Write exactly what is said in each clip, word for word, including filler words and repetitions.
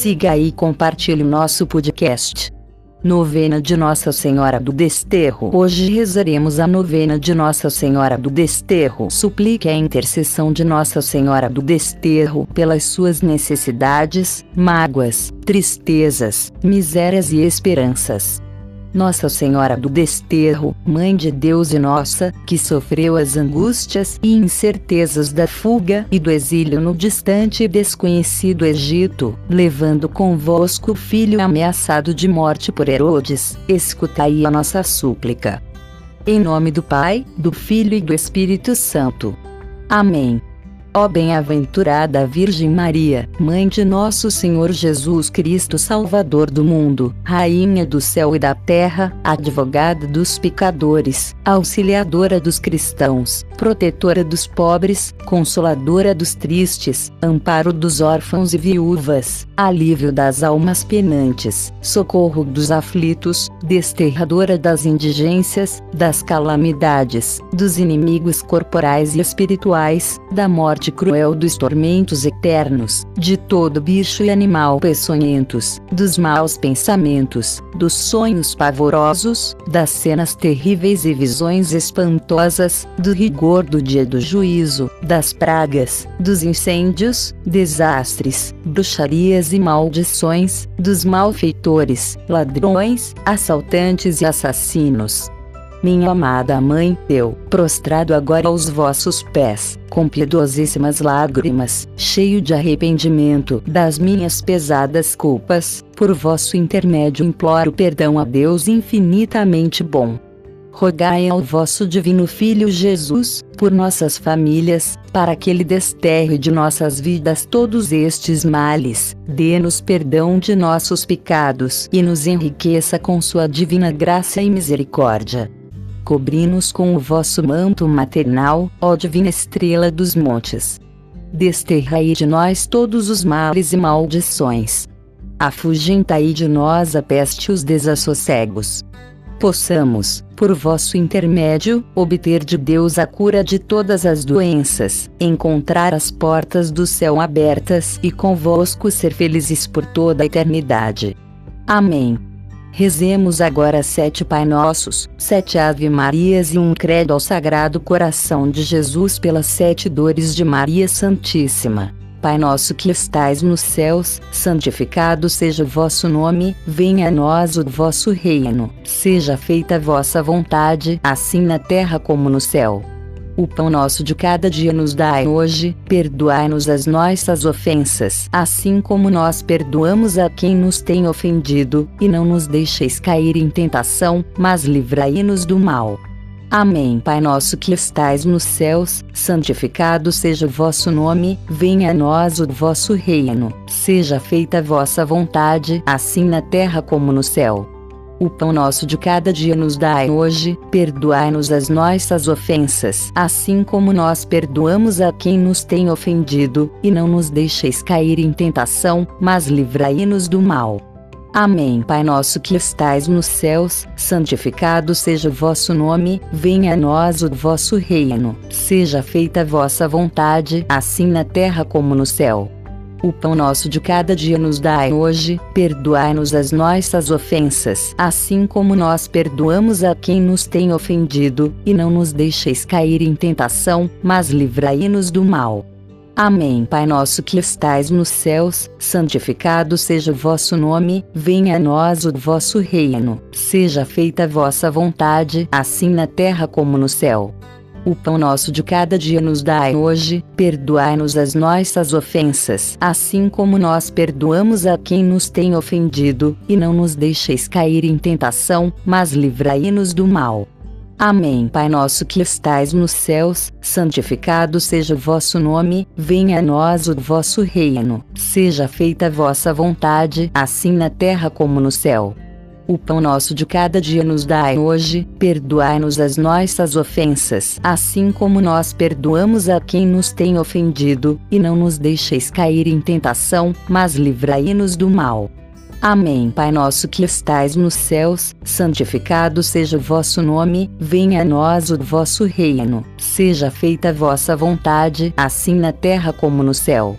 siga e compartilhe o nosso podcast. Novena de Nossa Senhora do Desterro. Hoje rezaremos a novena de Nossa Senhora do Desterro. Suplique a intercessão de Nossa Senhora do Desterro pelas suas necessidades, mágoas, tristezas, misérias e esperanças. Nossa Senhora do Desterro, Mãe de Deus e nossa, que sofreu as angústias e incertezas da fuga e do exílio no distante e desconhecido Egito, levando convosco o filho ameaçado de morte por Herodes, escutai a nossa súplica. Em nome do Pai, do Filho e do Espírito Santo. Amém. Ó bem-aventurada Virgem Maria, Mãe de nosso Senhor Jesus Cristo, Salvador do mundo, Rainha do céu e da terra, advogada dos pecadores, auxiliadora dos cristãos, protetora dos pobres, consoladora dos tristes, amparo dos órfãos e viúvas, alívio das almas penantes, socorro dos aflitos, desterradora das indigências, das calamidades, dos inimigos corporais e espirituais, da morte cruel, dos tormentos eternos, de todo bicho e animal peçonhentos, dos maus pensamentos, dos sonhos pavorosos, das cenas terríveis e visões espantosas, do rigor do dia do juízo, das pragas, dos incêndios, desastres, bruxarias e maldições, dos malfeitores, ladrões, assaltantes e assassinos. Minha amada Mãe, eu, prostrado agora aos vossos pés, com piedosíssimas lágrimas, cheio de arrependimento das minhas pesadas culpas, por vosso intermédio imploro perdão a Deus infinitamente bom. Rogai ao vosso divino Filho Jesus, por nossas famílias, para que Ele desterre de nossas vidas todos estes males, dê-nos perdão de nossos pecados e nos enriqueça com sua divina graça e misericórdia. Cobri-nos com o vosso manto maternal, ó divina estrela dos montes. Desterrai de nós todos os males e maldições. Afugentai de nós a peste e os desassossegos. Possamos, por vosso intermédio, obter de Deus a cura de todas as doenças, encontrar as portas do céu abertas e convosco ser felizes por toda a eternidade. Amém. Rezemos agora sete Pai Nossos, sete Ave Marias e um credo ao Sagrado Coração de Jesus pelas sete dores de Maria Santíssima. Pai nosso que estais nos céus, santificado seja o vosso nome, venha a nós o vosso reino, seja feita a vossa vontade, assim na terra como no céu. O pão nosso de cada dia nos dai hoje, perdoai-nos as nossas ofensas, assim como nós perdoamos a quem nos tem ofendido, e não nos deixeis cair em tentação, mas livrai-nos do mal. Amém. Pai nosso que estais nos céus, santificado seja o vosso nome, venha a nós o vosso reino, seja feita a vossa vontade, assim na terra como no céu. O pão nosso de cada dia nos dai hoje, perdoai-nos as nossas ofensas, assim como nós perdoamos a quem nos tem ofendido, e não nos deixeis cair em tentação, mas livrai-nos do mal. Amém. Pai nosso que estais nos céus, santificado seja o vosso nome, venha a nós o vosso reino, seja feita a vossa vontade, assim na terra como no céu. O pão nosso de cada dia nos dai hoje, perdoai-nos as nossas ofensas, assim como nós perdoamos a quem nos tem ofendido, e não nos deixeis cair em tentação, mas livrai-nos do mal. Amém. Pai nosso que estais nos céus, santificado seja o vosso nome, venha a nós o vosso reino, seja feita a vossa vontade, assim na terra como no céu. O pão nosso de cada dia nos dai hoje, perdoai-nos as nossas ofensas, assim como nós perdoamos a quem nos tem ofendido, e não nos deixeis cair em tentação, mas livrai-nos do mal. Amém. Pai nosso que estais nos céus, santificado seja o vosso nome, venha a nós o vosso reino, seja feita a vossa vontade, assim na terra como no céu. O pão nosso de cada dia nos dai hoje, perdoai-nos as nossas ofensas, assim como nós perdoamos a quem nos tem ofendido, e não nos deixeis cair em tentação, mas livrai-nos do mal. Amém. Pai nosso que estais nos céus, santificado seja o vosso nome, venha a nós o vosso reino, seja feita a vossa vontade, assim na terra como no céu.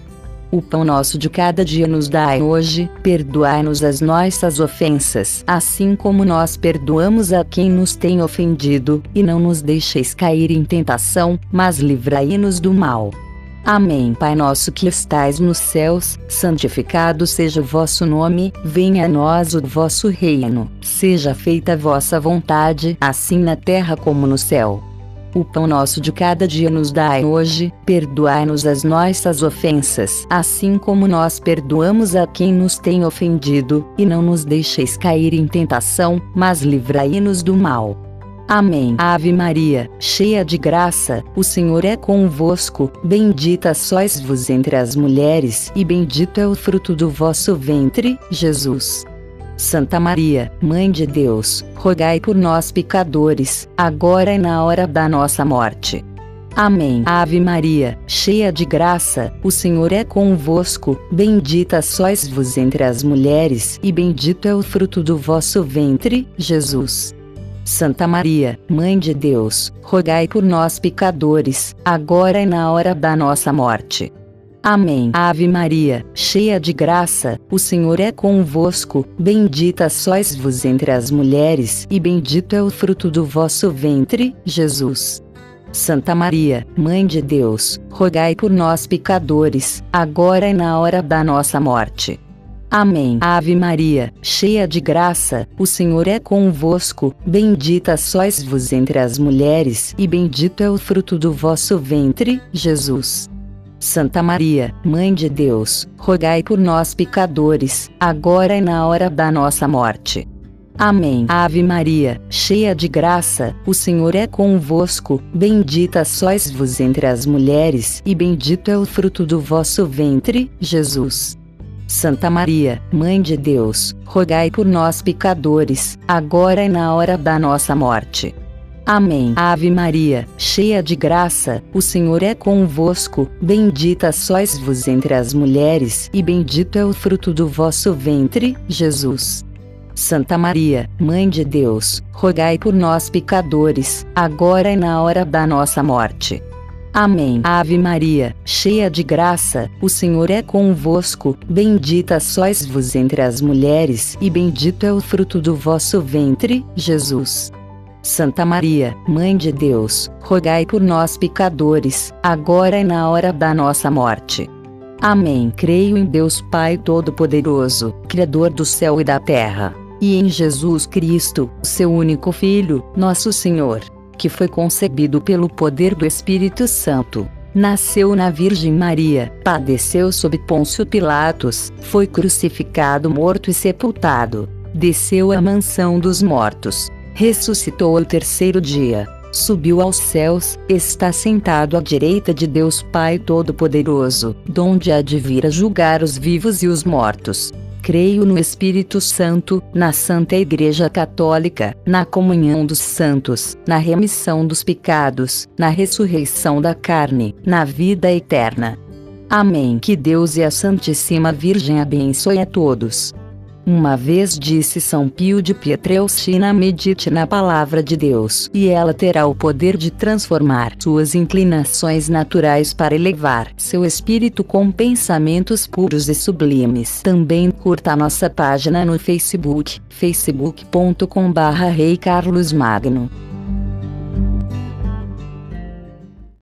O pão nosso de cada dia nos dai hoje, perdoai-nos as nossas ofensas, assim como nós perdoamos a quem nos tem ofendido, e não nos deixeis cair em tentação, mas livrai-nos do mal. Amém. Pai nosso que estais nos céus, santificado seja o vosso nome, venha a nós o vosso reino, seja feita a vossa vontade, assim na terra como no céu. O pão nosso de cada dia nos dai hoje, perdoai-nos as nossas ofensas, assim como nós perdoamos a quem nos tem ofendido, e não nos deixeis cair em tentação, mas livrai-nos do mal. Amém. Ave Maria, cheia de graça, o Senhor é convosco, bendita sois vos entre as mulheres, e bendito é o fruto do vosso ventre, Jesus. Santa Maria, Mãe de Deus, rogai por nós pecadores, agora e na hora da nossa morte. Amém. Ave Maria, cheia de graça, o Senhor é convosco, bendita sois vos entre as mulheres, e bendito é o fruto do vosso ventre, Jesus. Santa Maria, Mãe de Deus, rogai por nós pecadores, agora e na hora da nossa morte. Amém. Ave Maria, cheia de graça, o Senhor é convosco, bendita sois vos entre as mulheres, e bendito é o fruto do vosso ventre, Jesus. Santa Maria, Mãe de Deus, rogai por nós pecadores, agora e na hora da nossa morte. Amém. Ave Maria, cheia de graça, o Senhor é convosco, bendita sois vos entre as mulheres, e bendito é o fruto do vosso ventre, Jesus. Santa Maria, Mãe de Deus, rogai por nós pecadores, agora e na hora da nossa morte. Amém. Ave Maria, cheia de graça, o Senhor é convosco, bendita sois vos entre as mulheres, e bendito é o fruto do vosso ventre, Jesus. Santa Maria, Mãe de Deus, rogai por nós pecadores, agora e na hora da nossa morte. Amém. Ave Maria, cheia de graça, o Senhor é convosco, bendita sois vos entre as mulheres, e bendito é o fruto do vosso ventre, Jesus. Santa Maria, Mãe de Deus, rogai por nós pecadores, agora e na hora da nossa morte. Amém. Ave Maria, cheia de graça, o Senhor é convosco, bendita sois vos entre as mulheres, e bendito é o fruto do vosso ventre, Jesus. Santa Maria, Mãe de Deus, rogai por nós pecadores, agora e na hora da nossa morte. Amém. Creio em Deus Pai Todo-Poderoso, Criador do céu e da terra, e em Jesus Cristo, seu único Filho, nosso Senhor, que foi concebido pelo poder do Espírito Santo, nasceu na Virgem Maria, padeceu sob Pôncio Pilatos, foi crucificado, morto e sepultado, desceu à mansão dos mortos, ressuscitou ao terceiro dia, subiu aos céus, está sentado à direita de Deus Pai Todo-Poderoso, donde há de vir a julgar os vivos e os mortos. Creio no Espírito Santo, na Santa Igreja Católica, na comunhão dos santos, na remissão dos pecados, na ressurreição da carne, na vida eterna. Amém. Que Deus e a Santíssima Virgem abençoe a todos. Uma vez disse São Pio de Pietrelcina: medite na palavra de Deus, e ela terá o poder de transformar suas inclinações naturais para elevar seu espírito com pensamentos puros e sublimes. Também curta a nossa página no Facebook, facebook ponto com barra Rei Carlos Magno.